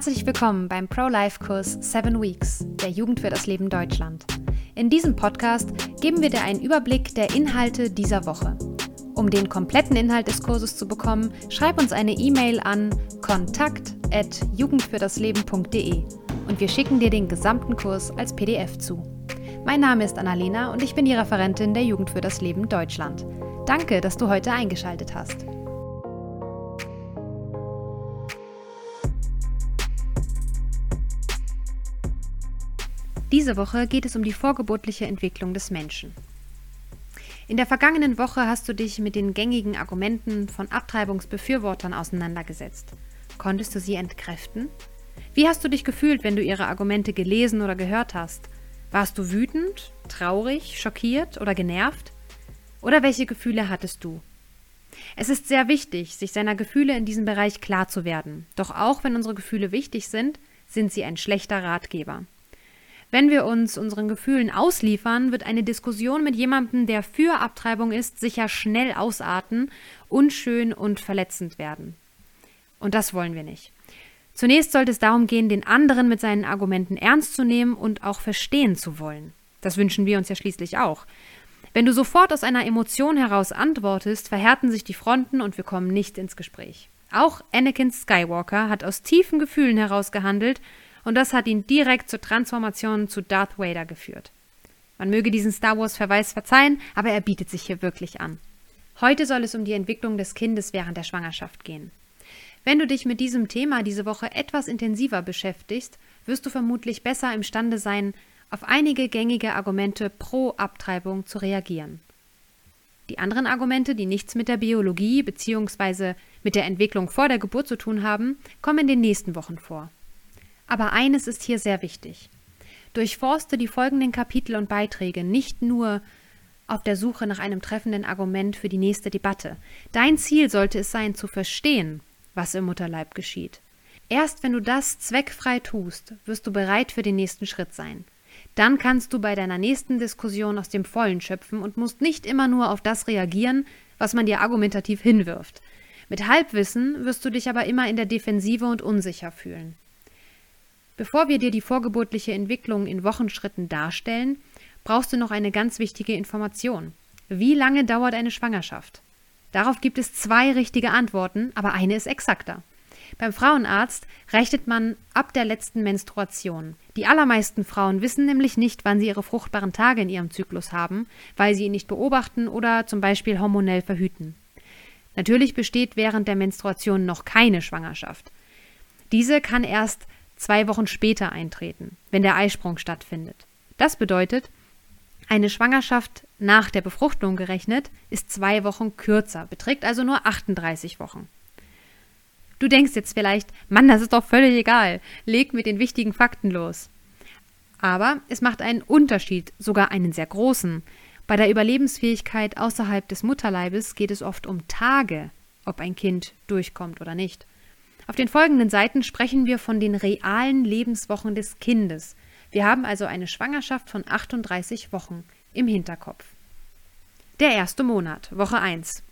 Herzlich willkommen beim Pro-Life-Kurs 7 Weeks der Jugend für das Leben Deutschland. In diesem Podcast geben wir dir einen Überblick der Inhalte dieser Woche. Um den kompletten Inhalt des Kurses zu bekommen, schreib uns eine E-Mail an kontakt@jugendfürdasleben.de und wir schicken dir den gesamten Kurs als PDF zu. Mein Name ist Annalena und ich bin die Referentin der Jugend für das Leben Deutschland. Danke, dass du heute eingeschaltet hast. Diese Woche geht es um die vorgeburtliche Entwicklung des Menschen. In der vergangenen Woche hast du dich mit den gängigen Argumenten von Abtreibungsbefürwortern auseinandergesetzt. Konntest du sie entkräften? Wie hast du dich gefühlt, wenn du ihre Argumente gelesen oder gehört hast? Warst du wütend, traurig, schockiert oder genervt? Oder welche Gefühle hattest du? Es ist sehr wichtig, sich seiner Gefühle in diesem Bereich klar zu werden. Doch auch wenn unsere Gefühle wichtig sind sie ein schlechter Ratgeber. Wenn wir uns unseren Gefühlen ausliefern, wird eine Diskussion mit jemandem, der für Abtreibung ist, sicher schnell ausarten, unschön und verletzend werden. Und das wollen wir nicht. Zunächst sollte es darum gehen, den anderen mit seinen Argumenten ernst zu nehmen und auch verstehen zu wollen. Das wünschen wir uns ja schließlich auch. Wenn du sofort aus einer Emotion heraus antwortest, verhärten sich die Fronten und wir kommen nicht ins Gespräch. Auch Anakin Skywalker hat aus tiefen Gefühlen heraus gehandelt und das hat ihn direkt zur Transformation zu Darth Vader geführt. Man möge diesen Star-Wars-Verweis verzeihen, aber er bietet sich hier wirklich an. Heute soll es um die Entwicklung des Kindes während der Schwangerschaft gehen. Wenn du dich mit diesem Thema diese Woche etwas intensiver beschäftigst, wirst du vermutlich besser imstande sein, auf einige gängige Argumente pro Abtreibung zu reagieren. Die anderen Argumente, die nichts mit der Biologie bzw. mit der Entwicklung vor der Geburt zu tun haben, kommen in den nächsten Wochen vor. Aber eines ist hier sehr wichtig. Durchforste die folgenden Kapitel und Beiträge nicht nur auf der Suche nach einem treffenden Argument für die nächste Debatte. Dein Ziel sollte es sein, zu verstehen, was im Mutterleib geschieht. Erst wenn du das zweckfrei tust, wirst du bereit für den nächsten Schritt sein. Dann kannst du bei deiner nächsten Diskussion aus dem Vollen schöpfen und musst nicht immer nur auf das reagieren, was man dir argumentativ hinwirft. Mit Halbwissen wirst du dich aber immer in der Defensive und unsicher fühlen. Bevor wir dir die vorgeburtliche Entwicklung in Wochenschritten darstellen, brauchst du noch eine ganz wichtige Information. Wie lange dauert eine Schwangerschaft? Darauf gibt es 2 richtige Antworten, aber eine ist exakter. Beim Frauenarzt rechnet man ab der letzten Menstruation. Die allermeisten Frauen wissen nämlich nicht, wann sie ihre fruchtbaren Tage in ihrem Zyklus haben, weil sie ihn nicht beobachten oder zum Beispiel hormonell verhüten. Natürlich besteht während der Menstruation noch keine Schwangerschaft. Diese kann erst 2 Wochen später eintreten, wenn der Eisprung stattfindet. Das bedeutet, eine Schwangerschaft nach der Befruchtung gerechnet ist 2 Wochen kürzer, beträgt also nur 38 Wochen. Du denkst jetzt vielleicht, Mann, das ist doch völlig egal, leg mit den wichtigen Fakten los. Aber es macht einen Unterschied, sogar einen sehr großen. Bei der Überlebensfähigkeit außerhalb des Mutterleibes geht es oft um Tage, ob ein Kind durchkommt oder nicht. Auf den folgenden Seiten sprechen wir von den realen Lebenswochen des Kindes. Wir haben also eine Schwangerschaft von 38 Wochen im Hinterkopf. Der erste Monat, Woche 1.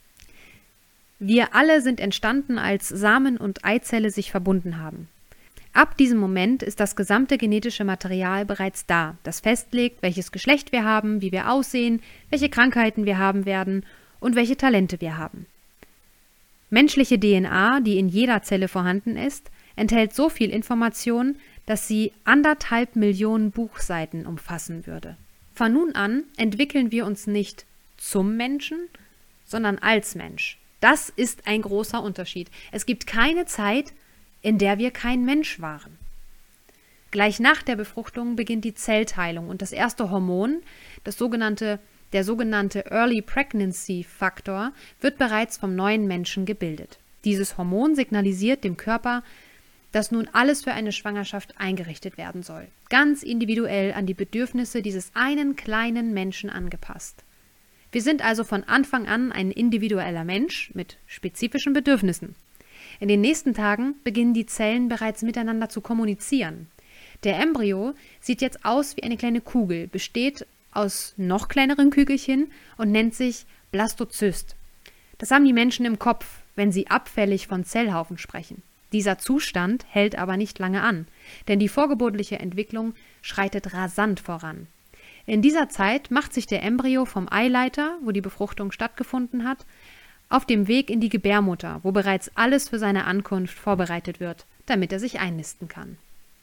Wir alle sind entstanden, als Samen und Eizelle sich verbunden haben. Ab diesem Moment ist das gesamte genetische Material bereits da, das festlegt, welches Geschlecht wir haben, wie wir aussehen, welche Krankheiten wir haben werden und welche Talente wir haben. Menschliche DNA, die in jeder Zelle vorhanden ist, enthält so viel Information, dass sie 1,5 Millionen Buchseiten umfassen würde. Von nun an entwickeln wir uns nicht zum Menschen, sondern als Mensch. Das ist ein großer Unterschied. Es gibt keine Zeit, in der wir kein Mensch waren. Gleich nach der Befruchtung beginnt die Zellteilung und das erste Hormon, der sogenannte Early Pregnancy Factor, wird bereits vom neuen Menschen gebildet. Dieses Hormon signalisiert dem Körper, dass nun alles für eine Schwangerschaft eingerichtet werden soll. Ganz individuell an die Bedürfnisse dieses einen kleinen Menschen angepasst. Wir sind also von Anfang an ein individueller Mensch mit spezifischen Bedürfnissen. In den nächsten Tagen beginnen die Zellen bereits miteinander zu kommunizieren. Der Embryo sieht jetzt aus wie eine kleine Kugel, besteht aus noch kleineren Kügelchen und nennt sich Blastozyst. Das haben die Menschen im Kopf, wenn sie abfällig von Zellhaufen sprechen. Dieser Zustand hält aber nicht lange an, denn die vorgeburtliche Entwicklung schreitet rasant voran. In dieser Zeit macht sich der Embryo vom Eileiter, wo die Befruchtung stattgefunden hat, auf dem Weg in die Gebärmutter, wo bereits alles für seine Ankunft vorbereitet wird, damit er sich einnisten kann.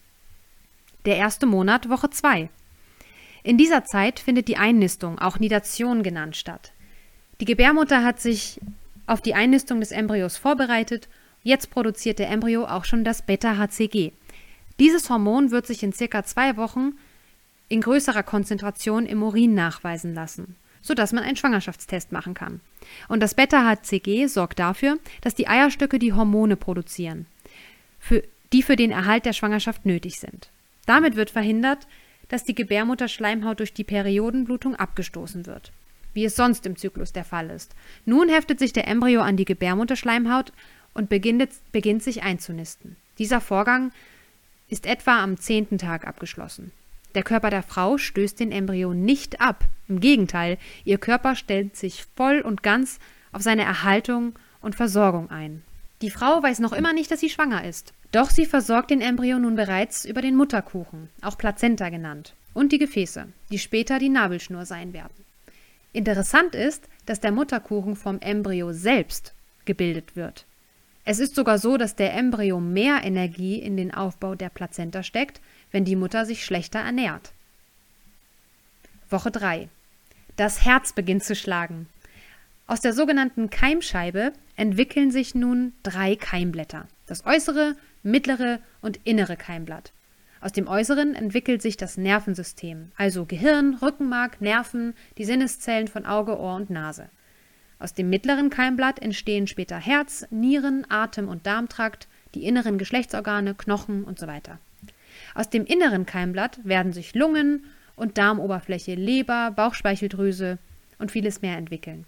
Der erste Monat, Woche 2. In dieser Zeit findet die Einnistung, auch Nidation genannt, statt. Die Gebärmutter hat sich auf die Einnistung des Embryos vorbereitet. Jetzt produziert der Embryo auch schon das Beta-HCG. Dieses Hormon wird sich in ca. 2 Wochen in größerer Konzentration im Urin nachweisen lassen, sodass man einen Schwangerschaftstest machen kann. Und das Beta-HCG sorgt dafür, dass die Eierstöcke die Hormone produzieren, die für den Erhalt der Schwangerschaft nötig sind. Damit wird verhindert, dass die Gebärmutterschleimhaut durch die Periodenblutung abgestoßen wird, wie es sonst im Zyklus der Fall ist. Nun heftet sich der Embryo an die Gebärmutterschleimhaut und beginnt sich einzunisten. Dieser Vorgang ist etwa am 10. Tag abgeschlossen. Der Körper der Frau stößt den Embryo nicht ab. Im Gegenteil, ihr Körper stellt sich voll und ganz auf seine Erhaltung und Versorgung ein. Die Frau weiß noch immer nicht, dass sie schwanger ist. Doch sie versorgt den Embryo nun bereits über den Mutterkuchen, auch Plazenta genannt, und die Gefäße, die später die Nabelschnur sein werden. Interessant ist, dass der Mutterkuchen vom Embryo selbst gebildet wird. Es ist sogar so, dass der Embryo mehr Energie in den Aufbau der Plazenta steckt, wenn die Mutter sich schlechter ernährt. Woche 3. Das Herz beginnt zu schlagen. Aus der sogenannten Keimscheibe entwickeln sich nun 3 Keimblätter. Das äußere, mittlere und innere Keimblatt. Aus dem Äußeren entwickelt sich das Nervensystem, also Gehirn, Rückenmark, Nerven, die Sinneszellen von Auge, Ohr und Nase. Aus dem mittleren Keimblatt entstehen später Herz, Nieren, Atem- und Darmtrakt, die inneren Geschlechtsorgane, Knochen und so weiter. Aus dem inneren Keimblatt werden sich Lungen und Darmoberfläche, Leber, Bauchspeicheldrüse und vieles mehr entwickeln.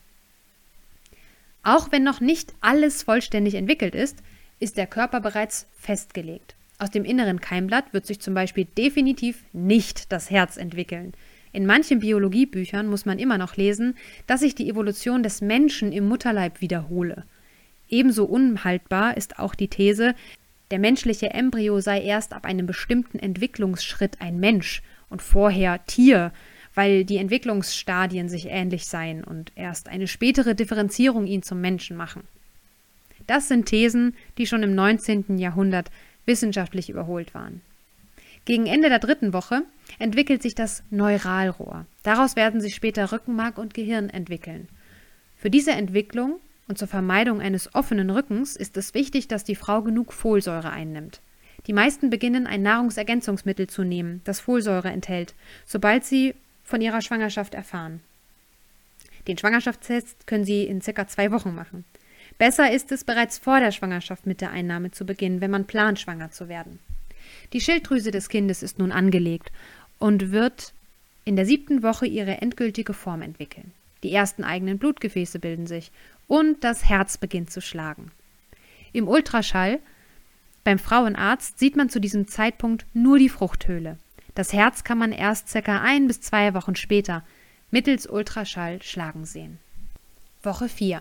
Auch wenn noch nicht alles vollständig entwickelt ist der Körper bereits festgelegt. Aus dem inneren Keimblatt wird sich zum Beispiel definitiv nicht das Herz entwickeln. In manchen Biologiebüchern muss man immer noch lesen, dass sich die Evolution des Menschen im Mutterleib wiederhole. Ebenso unhaltbar ist auch die These, der menschliche Embryo sei erst ab einem bestimmten Entwicklungsschritt ein Mensch und vorher Tier, weil die Entwicklungsstadien sich ähnlich seien und erst eine spätere Differenzierung ihn zum Menschen machen. Das sind Thesen, die schon im 19. Jahrhundert wissenschaftlich überholt waren. Gegen Ende der 3. Woche entwickelt sich das Neuralrohr. Daraus werden sich später Rückenmark und Gehirn entwickeln. Für diese Entwicklung und zur Vermeidung eines offenen Rückens ist es wichtig, dass die Frau genug Folsäure einnimmt. Die meisten beginnen ein Nahrungsergänzungsmittel zu nehmen, das Folsäure enthält, sobald sie von ihrer Schwangerschaft erfahren. Den Schwangerschaftstest können sie in ca. 2 Wochen machen. Besser ist es, bereits vor der Schwangerschaft mit der Einnahme zu beginnen, wenn man plant, schwanger zu werden. Die Schilddrüse des Kindes ist nun angelegt und wird in der 7. Woche ihre endgültige Form entwickeln. Die ersten eigenen Blutgefäße bilden sich und das Herz beginnt zu schlagen. Im Ultraschall beim Frauenarzt sieht man zu diesem Zeitpunkt nur die Fruchthöhle. Das Herz kann man erst ca. 1 bis 2 Wochen später mittels Ultraschall schlagen sehen. Woche 4.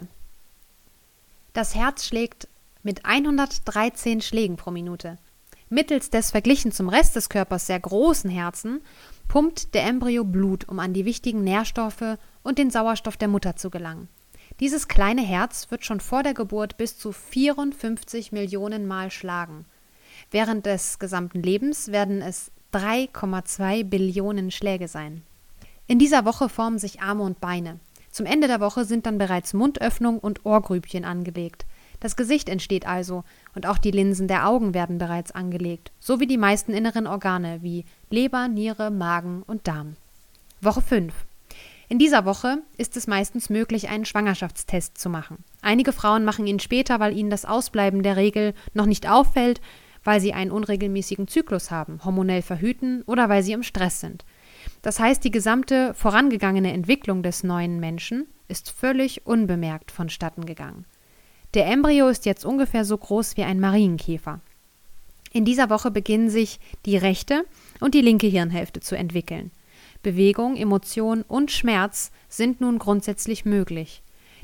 Das Herz schlägt mit 113 Schlägen pro Minute. Mittels des verglichen zum Rest des Körpers sehr großen Herzen pumpt der Embryo Blut, um an die wichtigen Nährstoffe und den Sauerstoff der Mutter zu gelangen. Dieses kleine Herz wird schon vor der Geburt bis zu 54 Millionen Mal schlagen. Während des gesamten Lebens werden es 3,2 Billionen Schläge sein. In dieser Woche formen sich Arme und Beine. Zum Ende der Woche sind dann bereits Mundöffnung und Ohrgrübchen angelegt. Das Gesicht entsteht also und auch die Linsen der Augen werden bereits angelegt, sowie die meisten inneren Organe wie Leber, Niere, Magen und Darm. Woche 5. In dieser Woche ist es meistens möglich, einen Schwangerschaftstest zu machen. Einige Frauen machen ihn später, weil ihnen das Ausbleiben der Regel noch nicht auffällt, weil sie einen unregelmäßigen Zyklus haben, hormonell verhüten oder weil sie im Stress sind. Das heißt, die gesamte vorangegangene Entwicklung des neuen Menschen ist völlig unbemerkt vonstatten gegangen. Der Embryo ist jetzt ungefähr so groß wie ein Marienkäfer. In dieser Woche beginnen sich die rechte und die linke Hirnhälfte zu entwickeln. Bewegung, Emotion und Schmerz sind nun grundsätzlich möglich.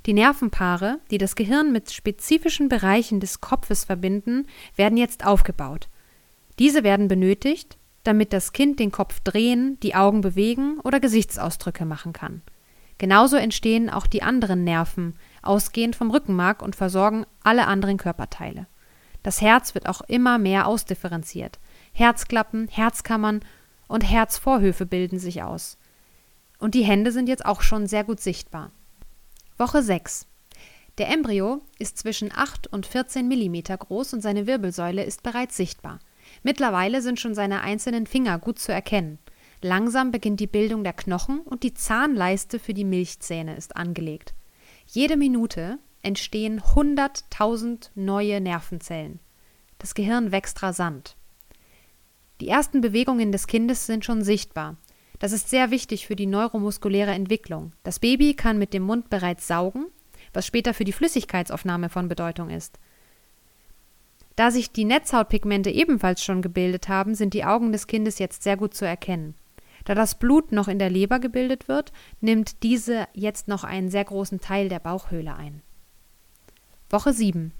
Die Nervenpaare, die das Gehirn mit spezifischen Bereichen des Kopfes verbinden, werden jetzt aufgebaut. Diese werden benötigt, damit das Kind den Kopf drehen, die Augen bewegen oder Gesichtsausdrücke machen kann. Genauso entstehen auch die anderen Nerven, ausgehend vom Rückenmark und versorgen alle anderen Körperteile. Das Herz wird auch immer mehr ausdifferenziert. Herzklappen, Herzkammern und Herzvorhöfe bilden sich aus. Und die Hände sind jetzt auch schon sehr gut sichtbar. Woche 6. Der Embryo ist zwischen 8 und 14 mm groß und seine Wirbelsäule ist bereits sichtbar. Mittlerweile sind schon seine einzelnen Finger gut zu erkennen. Langsam beginnt die Bildung der Knochen und die Zahnleiste für die Milchzähne ist angelegt. Jede Minute entstehen 100.000 neue Nervenzellen. Das Gehirn wächst rasant. Die ersten Bewegungen des Kindes sind schon sichtbar. Das ist sehr wichtig für die neuromuskuläre Entwicklung. Das Baby kann mit dem Mund bereits saugen, was später für die Flüssigkeitsaufnahme von Bedeutung ist. Da sich die Netzhautpigmente ebenfalls schon gebildet haben, sind die Augen des Kindes jetzt sehr gut zu erkennen. Da das Blut noch in der Leber gebildet wird, nimmt diese jetzt noch einen sehr großen Teil der Bauchhöhle ein. Woche 7.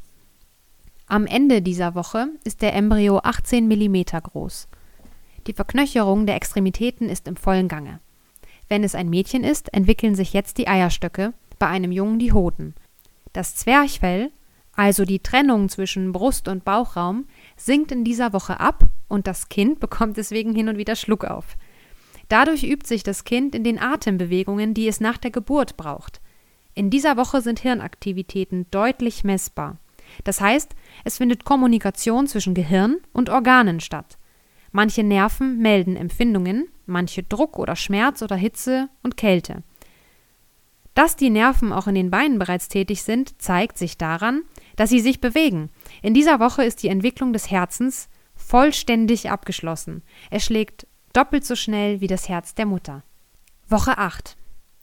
Am Ende dieser Woche ist der Embryo 18 mm groß. Die Verknöcherung der Extremitäten ist im vollen Gange. Wenn es ein Mädchen ist, entwickeln sich jetzt die Eierstöcke, bei einem Jungen die Hoden. Das Zwerchfell, also die Trennung zwischen Brust- und Bauchraum, sinkt in dieser Woche ab und das Kind bekommt deswegen hin und wieder Schluckauf. Dadurch übt sich das Kind in den Atembewegungen, die es nach der Geburt braucht. In dieser Woche sind Hirnaktivitäten deutlich messbar. Das heißt, es findet Kommunikation zwischen Gehirn und Organen statt. Manche Nerven melden Empfindungen, manche Druck oder Schmerz oder Hitze und Kälte. Dass die Nerven auch in den Beinen bereits tätig sind, zeigt sich daran, dass sie sich bewegen. In dieser Woche ist die Entwicklung des Herzens vollständig abgeschlossen. Es schlägt doppelt so schnell wie das Herz der Mutter. Woche 8.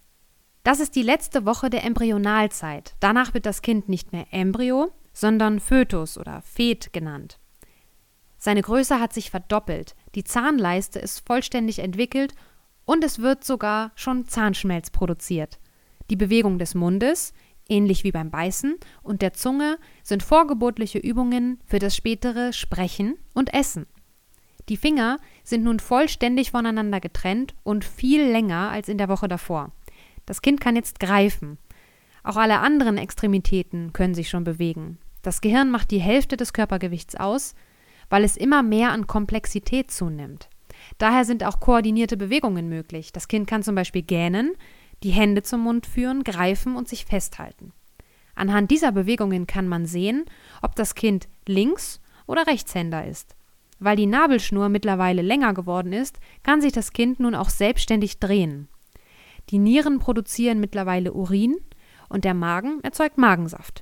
Das ist die letzte Woche der Embryonalzeit. Danach wird das Kind nicht mehr Embryo, sondern Fötus oder Fet genannt. Seine Größe hat sich verdoppelt, die Zahnleiste ist vollständig entwickelt und es wird sogar schon Zahnschmelz produziert. Die Bewegung des Mundes, ähnlich wie beim Beißen, und der Zunge sind vorgeburtliche Übungen für das spätere Sprechen und Essen. Die Finger sind nun vollständig voneinander getrennt und viel länger als in der Woche davor. Das Kind kann jetzt greifen. Auch alle anderen Extremitäten können sich schon bewegen. Das Gehirn macht die Hälfte des Körpergewichts aus, weil es immer mehr an Komplexität zunimmt. Daher sind auch koordinierte Bewegungen möglich. Das Kind kann zum Beispiel gähnen, die Hände zum Mund führen, greifen und sich festhalten. Anhand dieser Bewegungen kann man sehen, ob das Kind Links- oder Rechtshänder ist. Weil die Nabelschnur mittlerweile länger geworden ist, kann sich das Kind nun auch selbstständig drehen. Die Nieren produzieren mittlerweile Urin und der Magen erzeugt Magensaft.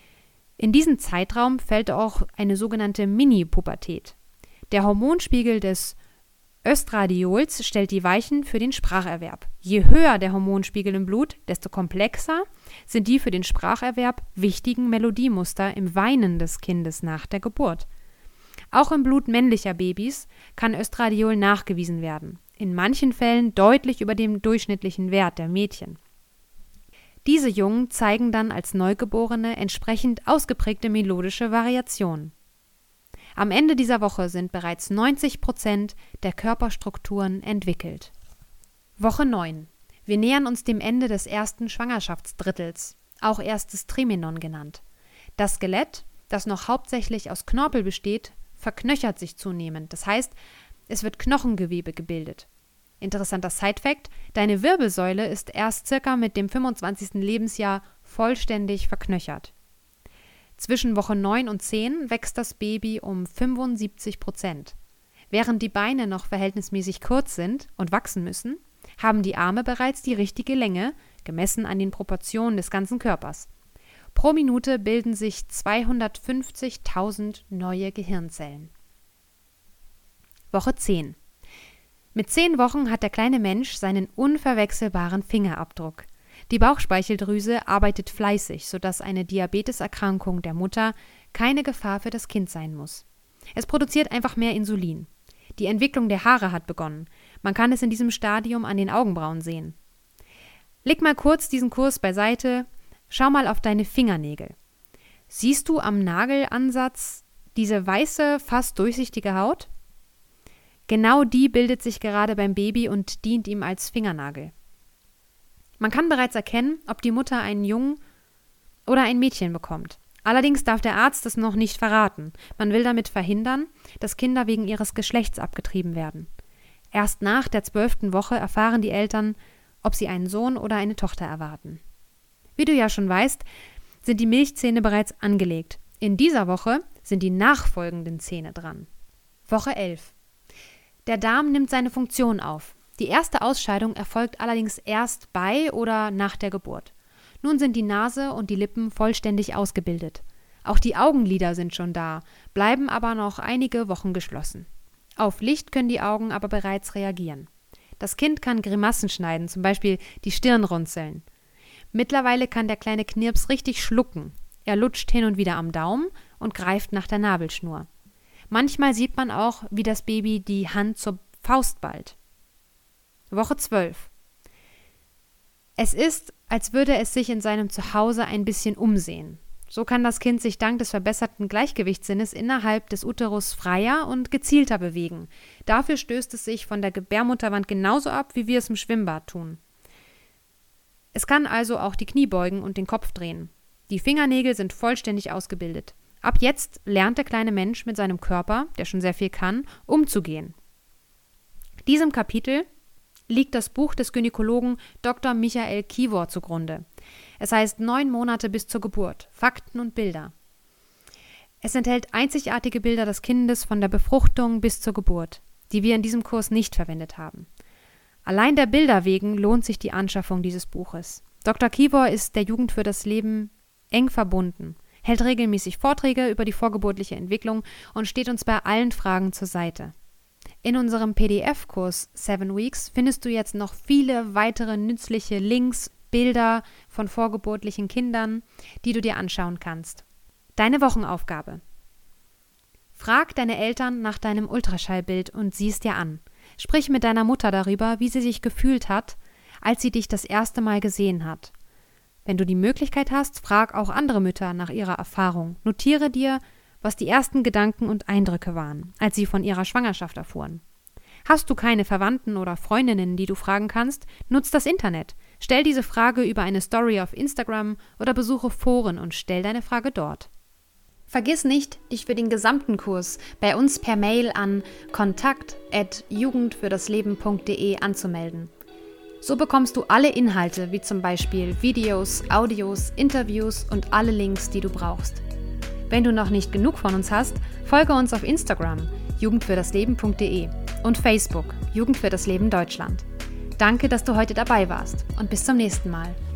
In diesen Zeitraum fällt auch eine sogenannte Mini-Pubertät. Der Hormonspiegel des Östradiols stellt die Weichen für den Spracherwerb. Je höher der Hormonspiegel im Blut, desto komplexer sind die für den Spracherwerb wichtigen Melodiemuster im Weinen des Kindes nach der Geburt. Auch im Blut männlicher Babys kann Östradiol nachgewiesen werden, in manchen Fällen deutlich über dem durchschnittlichen Wert der Mädchen. Diese Jungen zeigen dann als Neugeborene entsprechend ausgeprägte melodische Variationen. Am Ende dieser Woche sind bereits 90% der Körperstrukturen entwickelt. Woche 9. Wir nähern uns dem Ende des ersten Schwangerschaftsdrittels, auch erstes Trimenon genannt. Das Skelett, das noch hauptsächlich aus Knorpel besteht, verknöchert sich zunehmend. Das heißt, es wird Knochengewebe gebildet. Interessanter Sidefact: Deine Wirbelsäule ist erst circa mit dem 25. Lebensjahr vollständig verknöchert. Zwischen Woche 9 und 10 wächst das Baby um 75%. Während die Beine noch verhältnismäßig kurz sind und wachsen müssen, haben die Arme bereits die richtige Länge, gemessen an den Proportionen des ganzen Körpers. Pro Minute bilden sich 250.000 neue Gehirnzellen. Woche 10. Mit 10 Wochen hat der kleine Mensch seinen unverwechselbaren Fingerabdruck. Die Bauchspeicheldrüse arbeitet fleißig, sodass eine Diabeteserkrankung der Mutter keine Gefahr für das Kind sein muss. Es produziert einfach mehr Insulin. Die Entwicklung der Haare hat begonnen. Man kann es in diesem Stadium an den Augenbrauen sehen. Leg mal kurz diesen Kurs beiseite. Schau mal auf deine Fingernägel. Siehst du am Nagelansatz diese weiße, fast durchsichtige Haut? Genau die bildet sich gerade beim Baby und dient ihm als Fingernagel. Man kann bereits erkennen, ob die Mutter einen Jungen oder ein Mädchen bekommt. Allerdings darf der Arzt es noch nicht verraten. Man will damit verhindern, dass Kinder wegen ihres Geschlechts abgetrieben werden. Erst nach der 12. Woche erfahren die Eltern, ob sie einen Sohn oder eine Tochter erwarten. Wie du ja schon weißt, sind die Milchzähne bereits angelegt. In dieser Woche sind die nachfolgenden Zähne dran. Woche 11. Der Darm nimmt seine Funktion auf. Die erste Ausscheidung erfolgt allerdings erst bei oder nach der Geburt. Nun sind die Nase und die Lippen vollständig ausgebildet. Auch die Augenlider sind schon da, bleiben aber noch einige Wochen geschlossen. Auf Licht können die Augen aber bereits reagieren. Das Kind kann Grimassen schneiden, zum Beispiel die Stirn runzeln. Mittlerweile kann der kleine Knirps richtig schlucken. Er lutscht hin und wieder am Daumen und greift nach der Nabelschnur. Manchmal sieht man auch, wie das Baby die Hand zur Faust ballt. Woche 12. Es ist, als würde es sich in seinem Zuhause ein bisschen umsehen. So kann das Kind sich dank des verbesserten Gleichgewichtssinnes innerhalb des Uterus freier und gezielter bewegen. Dafür stößt es sich von der Gebärmutterwand genauso ab, wie wir es im Schwimmbad tun. Es kann also auch die Knie beugen und den Kopf drehen. Die Fingernägel sind vollständig ausgebildet. Ab jetzt lernt der kleine Mensch mit seinem Körper, der schon sehr viel kann, umzugehen. Diesem Kapitel liegt das Buch des Gynäkologen Dr. Michael Kivor zugrunde. Es heißt 9 Monate bis zur Geburt, Fakten und Bilder. Es enthält einzigartige Bilder des Kindes von der Befruchtung bis zur Geburt, die wir in diesem Kurs nicht verwendet haben. Allein der Bilder wegen lohnt sich die Anschaffung dieses Buches. Dr. Kivor ist der Jugend für das Leben eng verbunden, hält regelmäßig Vorträge über die vorgeburtliche Entwicklung und steht uns bei allen Fragen zur Seite. In unserem PDF-Kurs 7 Weeks findest du jetzt noch viele weitere nützliche Links, Bilder von vorgeburtlichen Kindern, die du dir anschauen kannst. Deine Wochenaufgabe. Frag deine Eltern nach deinem Ultraschallbild und sieh es dir an. Sprich mit deiner Mutter darüber, wie sie sich gefühlt hat, als sie dich das erste Mal gesehen hat. Wenn du die Möglichkeit hast, frag auch andere Mütter nach ihrer Erfahrung. Notiere dir, was die ersten Gedanken und Eindrücke waren, als sie von ihrer Schwangerschaft erfuhren. Hast du keine Verwandten oder Freundinnen, die du fragen kannst, nutz das Internet. Stell diese Frage über eine Story auf Instagram oder besuche Foren und stell deine Frage dort. Vergiss nicht, dich für den gesamten Kurs bei uns per Mail an kontakt@jugendfürdasleben.de anzumelden. So bekommst du alle Inhalte, wie zum Beispiel Videos, Audios, Interviews und alle Links, die du brauchst. Wenn du noch nicht genug von uns hast, folge uns auf Instagram, jugendfürdasleben.de und Facebook, Jugend für das Leben Deutschland. Danke, dass du heute dabei warst und bis zum nächsten Mal.